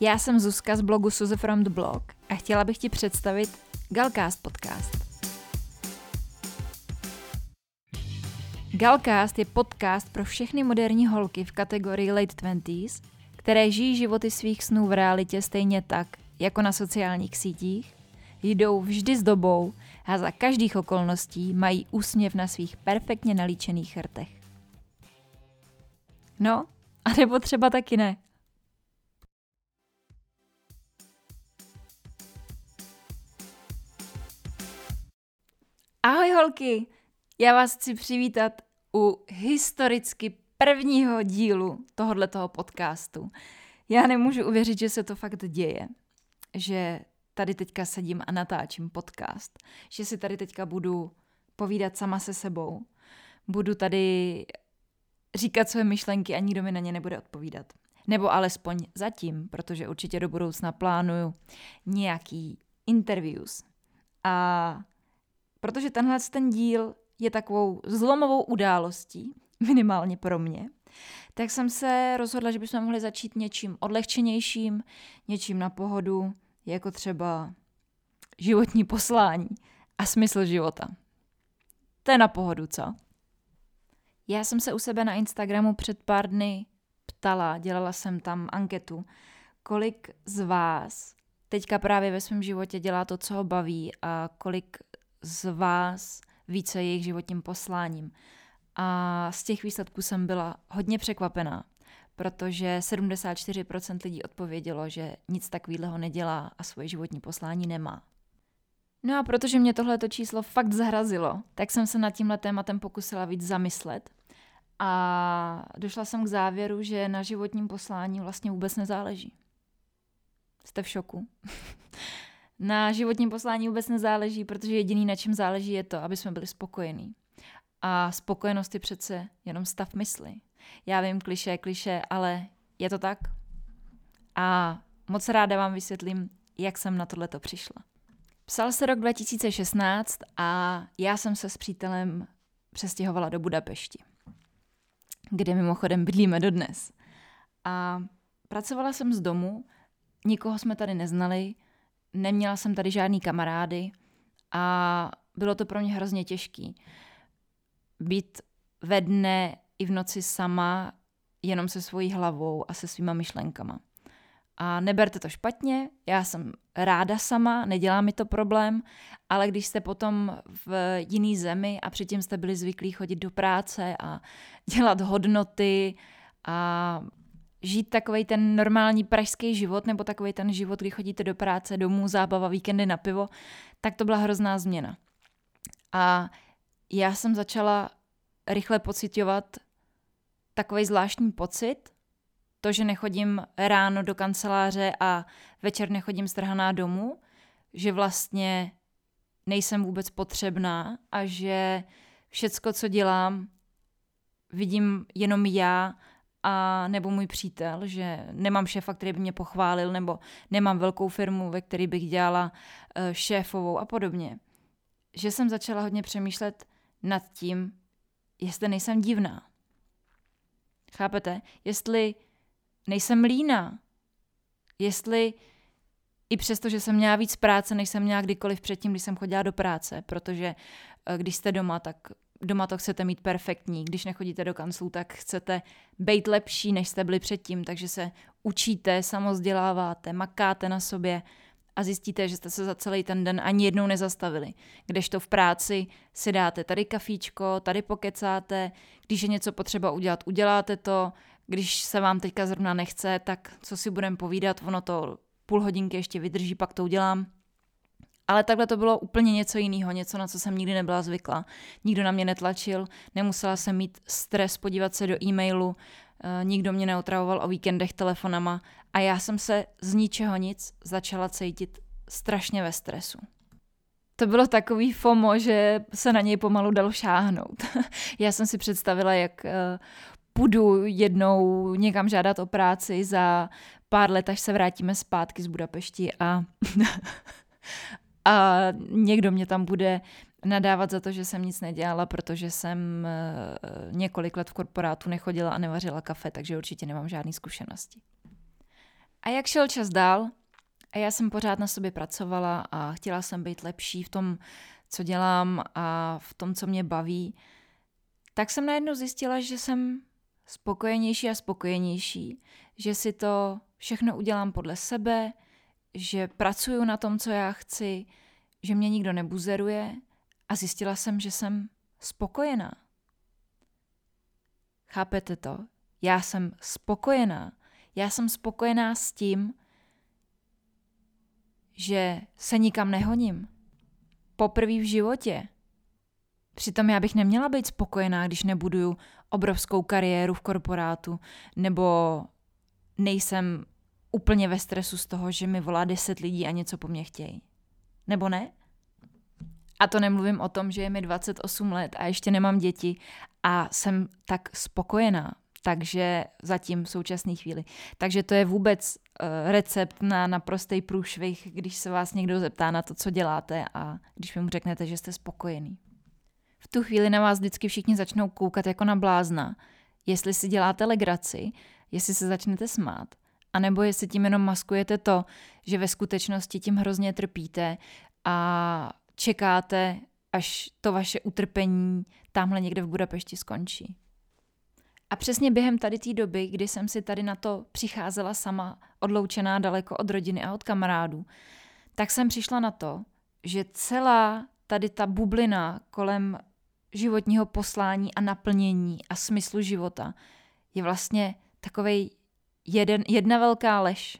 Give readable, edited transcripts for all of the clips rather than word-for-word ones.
Já jsem Zuzka z blogu Suze from the blog a chtěla bych ti představit Galcast podcast. Galcast je podcast pro všechny moderní holky v kategorii late 20s, které žijí životy svých snů v realitě stejně tak, jako na sociálních sítích, jdou vždy s dobou a za každých okolností mají úsměv na svých perfektně nalíčených rtech. No, a nebo třeba taky ne. Ahoj holky, já vás chci přivítat u historicky prvního dílu tohoto podcastu. Já nemůžu uvěřit, že se to fakt děje, že tady teďka sedím a natáčím podcast, že si tady teďka budu povídat sama se sebou, budu tady říkat své myšlenky a nikdo mi na ně nebude odpovídat. Nebo alespoň zatím, protože určitě do budoucna plánuju nějaký interviews. A protože tenhle ten díl je takovou zlomovou událostí, minimálně pro mě, tak jsem se rozhodla, že bychom mohli začít něčím odlehčenějším, něčím na pohodu, jako třeba životní poslání a smysl života. To je na pohodu, co? Já jsem se u sebe na Instagramu před pár dny ptala, dělala jsem tam anketu, kolik z vás teďka právě ve svém životě dělá to, co ho baví a kolik z vás ví, co je jejich životním posláním. A z těch výsledků jsem byla hodně překvapená, protože 74% lidí odpovědělo, že nic takového nedělá a svoje životní poslání nemá. No a protože mě tohleto číslo fakt zahrazilo, tak jsem se nad tímhle tématem pokusila víc zamyslet a došla jsem k závěru, že na životním poslání vlastně vůbec nezáleží. Jste v šoku? Na životním poslání vůbec nezáleží, protože jediný, na čem záleží, je to, aby jsme byli spokojení. A spokojenost je přece jenom stav mysli. Já vím, klišé, ale je to tak. A moc ráda vám vysvětlím, jak jsem na tohleto přišla. Psal se rok 2016 a já jsem se s přítelem přestěhovala do Budapešti, kde mimochodem bydlíme dodnes. A pracovala jsem z domu, nikoho jsme tady neznali, neměla jsem tady žádný kamarády a bylo to pro mě hrozně těžký. Být ve dne i v noci sama, jenom se svojí hlavou a se svýma myšlenkama. A neberte to špatně, já jsem ráda sama, nedělá mi to problém, ale když jste potom v jiný zemi a předtím jste byli zvyklí chodit do práce a dělat hodnoty a žít takovej ten normální pražský život, nebo takovej ten život, kdy chodíte do práce, domů, zábava, víkendy na pivo, tak to byla hrozná změna. A já jsem začala rychle pociťovat takovej zvláštní pocit, to, že nechodím ráno do kanceláře a večer nechodím strhaná domů, že vlastně nejsem vůbec potřebná a že všecko, co dělám, vidím jenom já a nebo můj přítel, že nemám šéfa, který by mě pochválil, nebo nemám velkou firmu, ve které bych dělala šéfovou a podobně. Že jsem začala hodně přemýšlet nad tím, jestli nejsem divná. Chápete? Jestli nejsem líná. Jestli i přesto, že jsem měla víc práce, než jsem měla kdykoliv předtím, když jsem chodila do práce, protože když jste doma, tak doma to chcete mít perfektní. Když nechodíte do kanclů, tak chcete být lepší, než jste byli předtím, takže se učíte, samozděláváte, makáte na sobě a zjistíte, že jste se za celý ten den ani jednou nezastavili. Kdežto v práci si dáte tady kafíčko, tady pokecáte, když je něco potřeba udělat, uděláte to, když se vám teďka zrovna nechce, tak co si budeme povídat, ono to půl hodinky ještě vydrží, pak to udělám. Ale takhle to bylo úplně něco jiného, něco, na co jsem nikdy nebyla zvyklá. Nikdo na mě netlačil, nemusela jsem mít stres podívat se do e-mailu, nikdo mě neotravoval o víkendech telefonama a já jsem se z ničeho nic začala cítit strašně ve stresu. To bylo takový FOMO, že se na něj pomalu dalo šáhnout. Já jsem si představila, jak půjdu jednou někam žádat o práci za pár let, až se vrátíme zpátky z Budapešti a někdo mě tam bude nadávat za to, že jsem nic nedělala, protože jsem několik let v korporátu nechodila a nevařila kafe, takže určitě nemám žádné zkušenosti. A jak šel čas dál, a já jsem pořád na sobě pracovala a chtěla jsem být lepší v tom, co dělám a v tom, co mě baví, tak jsem najednou zjistila, že jsem spokojenější a spokojenější, že si to všechno udělám podle sebe, že pracuju na tom, co já chci, že mě nikdo nebuzeruje a zjistila jsem, že jsem spokojená. Chápete to? Já jsem spokojená. Já jsem spokojená s tím, že se nikam nehoním. Poprvé v životě. Přitom já bych neměla být spokojená, když nebuduju obrovskou kariéru v korporátu, nebo nejsem úplně ve stresu z toho, že mi volá 10 lidí a něco po mně chtějí. Nebo ne? A to nemluvím o tom, že je mi 28 let a ještě nemám děti a jsem tak spokojená. Takže zatím v současné chvíli. Takže to je vůbec recept na naprostý průšvih, když se vás někdo zeptá na to, co děláte a když vy mu řeknete, že jste spokojený. V tu chvíli na vás vždycky všichni začnou koukat jako na blázna, jestli si děláte legraci, jestli se začnete smát, anebo jestli tím jenom maskujete to, že ve skutečnosti tím hrozně trpíte a čekáte, až to vaše utrpení tamhle někde v Budapešti skončí. A přesně během tady té doby, kdy jsem si tady na to přicházela sama, odloučená daleko od rodiny a od kamarádů, tak jsem přišla na to, že celá tady ta bublina kolem životního poslání a naplnění a smyslu života je vlastně takovej jedna velká lež.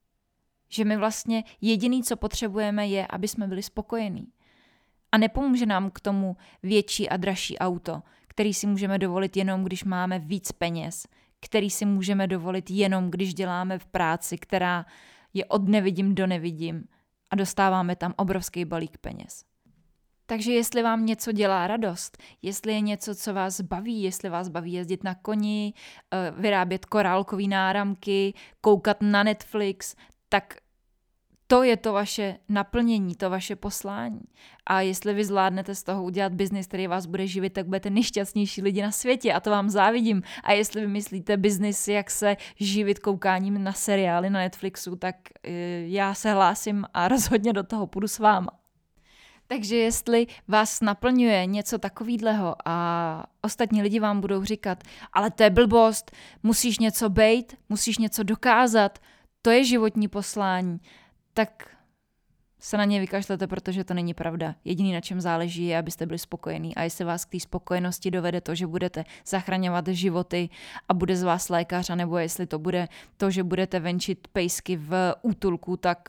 Že my vlastně jediný, co potřebujeme, je, aby jsme byli spokojení. A nepomůže nám k tomu větší a dražší auto, který si můžeme dovolit jenom, když máme víc peněz, který si můžeme dovolit jenom, když děláme v práci, která je od nevidím do nevidím a dostáváme tam obrovský balík peněz. Takže jestli vám něco dělá radost, jestli je něco, co vás baví, jestli vás baví jezdit na koni, vyrábět korálkový náramky, koukat na Netflix, tak to je to vaše naplnění, to vaše poslání. A jestli vy zvládnete z toho udělat biznis, který vás bude živit, tak budete nejšťastnější lidi na světě a to vám závidím. A jestli vymyslíte biznis, jak se živit koukáním na seriály na Netflixu, tak já se hlásím a rozhodně do toho půjdu s váma. Takže jestli vás naplňuje něco takovýhleho a ostatní lidi vám budou říkat, ale to je blbost, musíš něco bejt, musíš něco dokázat, to je životní poslání, tak se na ně vykašlete, protože to není pravda. Jediný, na čem záleží, je, abyste byli spokojení. A jestli vás k té spokojenosti dovede to, že budete zachraňovat životy a bude z vás lékař, nebo jestli to bude to, že budete venčit pejsky v útulku, tak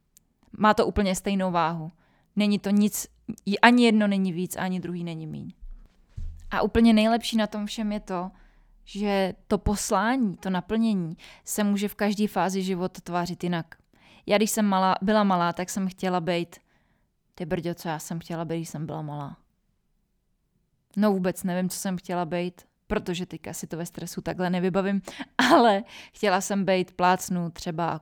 má to úplně stejnou váhu. Není to nic, ani jedno není víc, ani druhý není míň. A úplně nejlepší na tom všem je to, že to poslání, to naplnění se může v každé fázi života tvářit jinak. Já když jsem byla malá, tak jsem chtěla být, ty brďo, co já jsem chtěla být, když jsem byla malá. No vůbec nevím, co jsem chtěla být, protože teďka si to ve stresu takhle nevybavím, ale chtěla jsem být plácnu třeba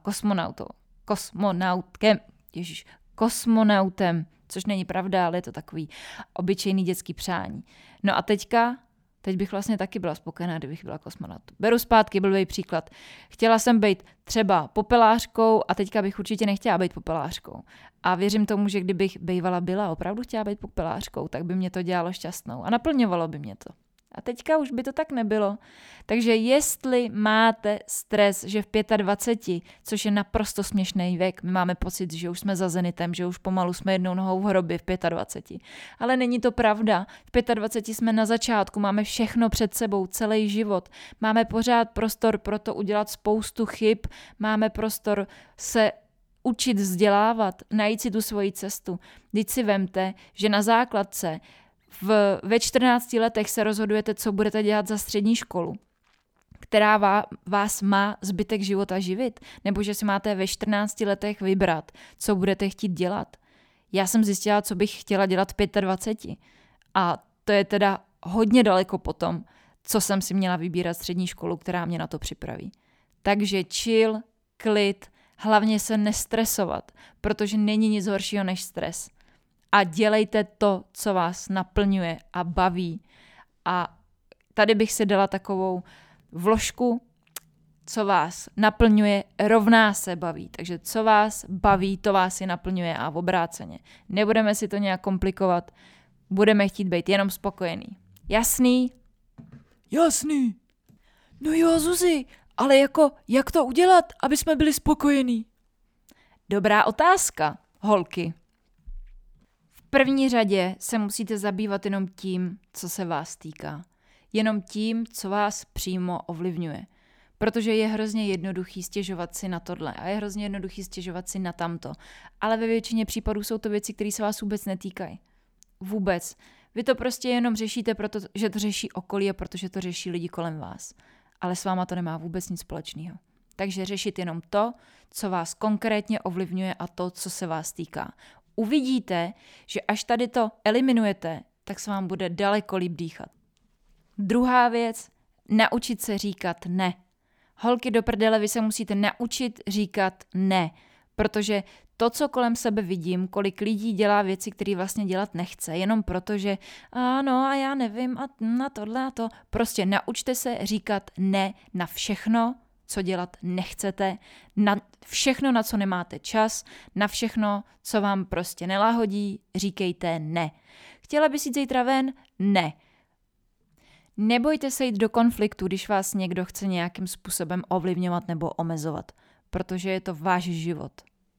kosmonautem, což není pravda, ale je to takový obyčejný dětský přání. No a teď bych vlastně taky byla spokojená, kdybych byla kosmonaut. Beru zpátky blbý příklad. Chtěla jsem být třeba popelářkou a teďka bych určitě nechtěla být popelářkou. A věřím tomu, že kdybych byla opravdu chtěla být popelářkou, tak by mě to dělalo šťastnou a naplňovalo by mě to. A teďka už by to tak nebylo. Takže jestli máte stres, že v 25, což je naprosto směšný věk, my máme pocit, že už jsme za zenitem, že už pomalu jsme jednou nohou v hrobě v 25. Ale není to pravda. V 25 jsme na začátku, máme všechno před sebou, celý život. Máme pořád prostor pro to udělat spoustu chyb, máme prostor se učit vzdělávat, najít si tu svoji cestu. Vždyť si vemte, že na základce ve 14 letech se rozhodujete, co budete dělat za střední školu, která vás má zbytek života živit, nebo že si máte ve 14 letech vybrat, co budete chtít dělat. Já jsem zjistila, co bych chtěla dělat v 25 a to je teda hodně daleko potom, co jsem si měla vybírat střední školu, která mě na to připraví. Takže chill, klid, hlavně se nestresovat, protože není nic horšího než stres. A dělejte to, co vás naplňuje a baví. A tady bych si dala takovou vložku. co vás naplňuje, rovná se baví. Takže co vás baví, to vás i naplňuje a obráceně. Nebudeme si to nějak komplikovat, budeme chtít být jenom spokojený. Jasný? Jasný. No jo, Zuzi, ale jak to udělat, aby jsme byli spokojení? Dobrá otázka, holky. V první řadě se musíte zabývat jenom tím, co se vás týká. Jenom tím, co vás přímo ovlivňuje. Protože je hrozně jednoduchý stěžovat si na tohle a je hrozně jednoduchý stěžovat si na tamto. Ale ve většině případů jsou to věci, které se vás vůbec netýkají. Vůbec. Vy to prostě jenom řešíte, protože to řeší okolí a protože to řeší lidi kolem vás. Ale s váma to nemá vůbec nic společného. Takže řešit jenom to, co vás konkrétně ovlivňuje a to, co se vás týká. Uvidíte, že až tady to eliminujete, tak se vám bude daleko líp dýchat. Druhá věc, naučit se říkat ne. Holky do prdele, vy se musíte naučit říkat ne, protože to, co kolem sebe vidím, kolik lidí dělá věci, které vlastně dělat nechce, jenom proto, že ano a já nevím a na tohle a to. Prostě naučte se říkat ne na všechno, co dělat nechcete, na všechno, na co nemáte čas, na všechno, co vám prostě nelahodí, říkejte ne. Chtěla bys jít zítra ven? Ne. Nebojte se jít do konfliktu, když vás někdo chce nějakým způsobem ovlivňovat nebo omezovat, protože je to váš život.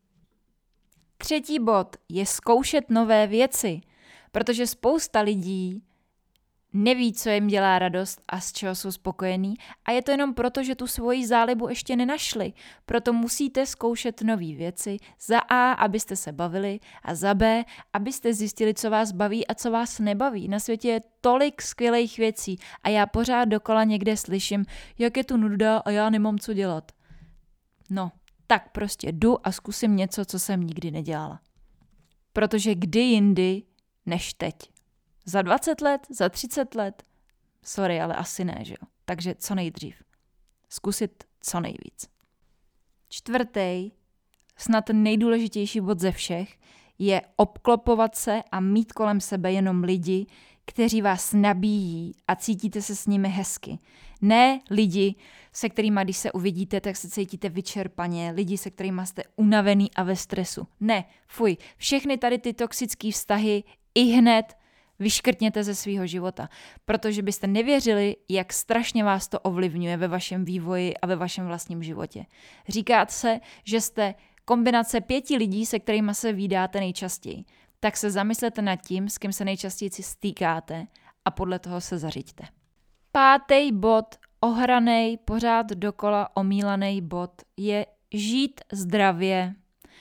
Třetí bod je zkoušet nové věci, protože spousta lidí neví, co jim dělá radost a z čeho jsou spokojení a je to jenom proto, že tu svoji zálibu ještě nenašli. Proto musíte zkoušet nové věci, za A, abyste se bavili a za B, abyste zjistili, co vás baví a co vás nebaví. Na světě je tolik skvělých věcí a já pořád dokola někde slyším, jak je tu nuda a já nemám co dělat. No, tak prostě jdu a zkusím něco, co jsem nikdy nedělala. Protože kdy jindy než teď. Za 20 let, za 30 let? Sorry, ale asi ne, že jo? Takže co nejdřív. Zkusit co nejvíc. Čtvrtý, snad nejdůležitější bod ze všech, je obklopovat se a mít kolem sebe jenom lidi, kteří vás nabíjí a cítíte se s nimi hezky. Ne lidi, se kterými, když se uvidíte, tak se cítíte vyčerpaně, lidi, se kterými jste unavený a ve stresu. Ne, fuj, všechny tady ty toxické vztahy ihned vyškrtněte ze svého života, protože byste nevěřili, jak strašně vás to ovlivňuje ve vašem vývoji a ve vašem vlastním životě. Říká se, že jste kombinace 5 lidí, se kterými se vídáte nejčastěji. Tak se zamyslete nad tím, s kým se nejčastěji stýkáte a podle toho se zařiďte. 5. bod, ohranej, pořád dokola omílaný bod, je žít zdravě.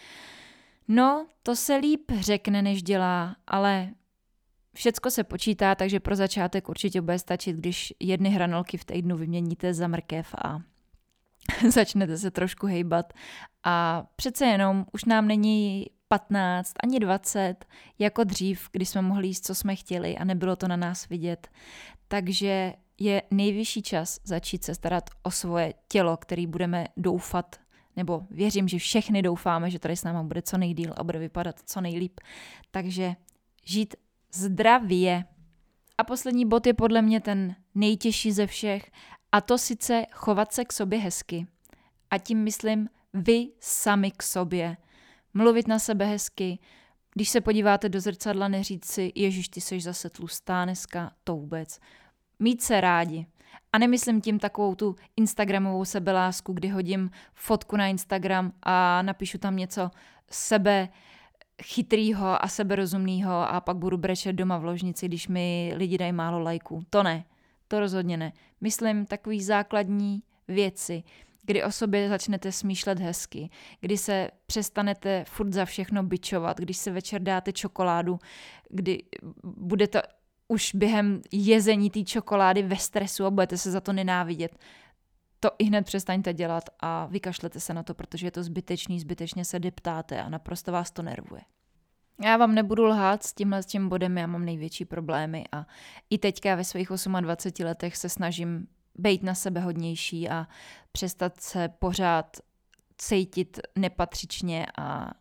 No, to se líp řekne, než dělá, ale všecko se počítá, takže pro začátek určitě bude stačit, když 1 hranolky v týdnu vyměníte za mrkev a začnete se trošku hejbat. A přece jenom už nám není 15 ani 20, jako dřív, kdy jsme mohli jíst, co jsme chtěli a nebylo to na nás vidět. Takže je nejvyšší čas začít se starat o svoje tělo, který budeme doufat, nebo věřím, že všechny doufáme, že tady s náma bude co nejdýl a bude vypadat co nejlíp. Takže žít zdravě. A poslední bod je podle mě ten nejtěžší ze všech, a to sice chovat se k sobě hezky. A tím myslím vy sami k sobě. Mluvit na sebe hezky. Když se podíváte do zrcadla, neříct si, ježiš, ty seš zase tlustá dneska, to vůbec. Mít se rádi. A nemyslím tím takovou tu instagramovou sebelásku, kdy hodím fotku na Instagram a napíšu tam něco sebe chytrýho a seberozumnýho a pak budu brečet doma v ložnici, když mi lidi dají málo lajků. To ne, to rozhodně ne. Myslím takový základní věci, kdy o sobě začnete smýšlet hezky, kdy se přestanete furt za všechno bičovat, když se večer dáte čokoládu, kdy budete už během jezení té čokolády ve stresu a budete se za to nenávidět. To i hned přestaňte dělat a vykašlete se na to, protože je to zbytečně se deptáte a naprosto vás to nervuje. Já vám nebudu lhát, s tím bodem já mám největší problémy a i teďka ve svých 28 letech se snažím být na sebe hodnější a přestat se pořád cítit nepatřičně a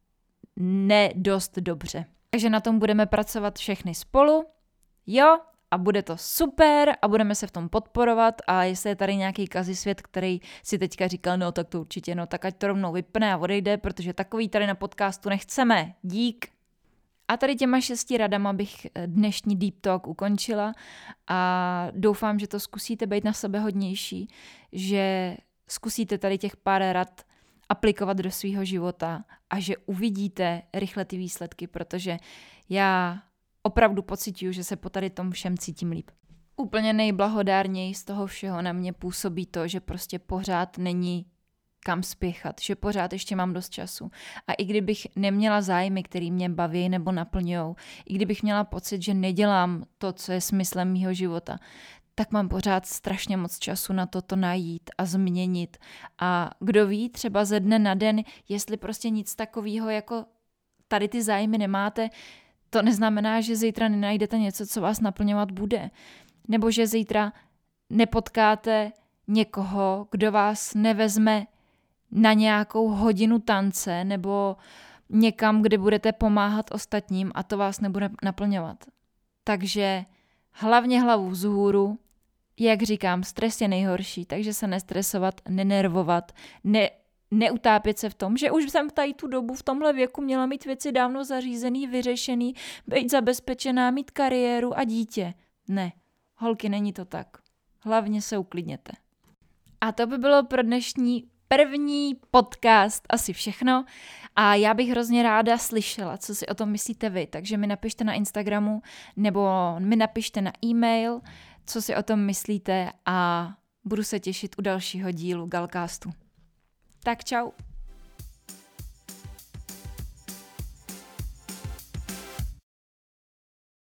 ne dost dobře. Takže na tom budeme pracovat všechny spolu. Jo, a bude to super a budeme se v tom podporovat a jestli je tady nějaký kazisvět, který si teďka říkal, no tak to určitě, no tak ať to rovnou vypne a odejde, protože takový tady na podcastu nechceme. Dík. A tady těma 6 radama bych dnešní Deep Talk ukončila a doufám, že to zkusíte být na sebe hodnější, že zkusíte tady těch pár rad aplikovat do svého života a že uvidíte rychle ty výsledky, protože já opravdu pociťuju, že se po tady tom všem cítím líp. Úplně nejblahodárněji z toho všeho na mě působí to, že prostě pořád není kam spěchat, že pořád ještě mám dost času. A i kdybych neměla zájmy, který mě baví nebo naplňujou, i kdybych měla pocit, že nedělám to, co je smyslem mýho života, tak mám pořád strašně moc času na to najít a změnit. A kdo ví, třeba ze dne na den, jestli prostě nic takového jako tady ty zájmy nemáte, to neznamená, že zítra nenajdete něco, co vás naplňovat bude. Nebo že zítra nepotkáte někoho, kdo vás nevezme na nějakou hodinu tance nebo někam, kde budete pomáhat ostatním a to vás nebude naplňovat. Takže hlavně hlavu vzhůru, jak říkám, stres je nejhorší, takže se nestresovat, nenervovat, neutápět se v tom, že už jsem tady tu dobu v tomhle věku měla mít věci dávno zařízený, vyřešený, být zabezpečená, mít kariéru a dítě. Ne, holky, není to tak. Hlavně se uklidněte. A to by bylo pro dnešní první podcast asi všechno a já bych hrozně ráda slyšela, co si o tom myslíte vy, takže mi napište na Instagramu nebo mi napište na e-mail, co si o tom myslíte a budu se těšit u dalšího dílu Galcastu. Tak čau.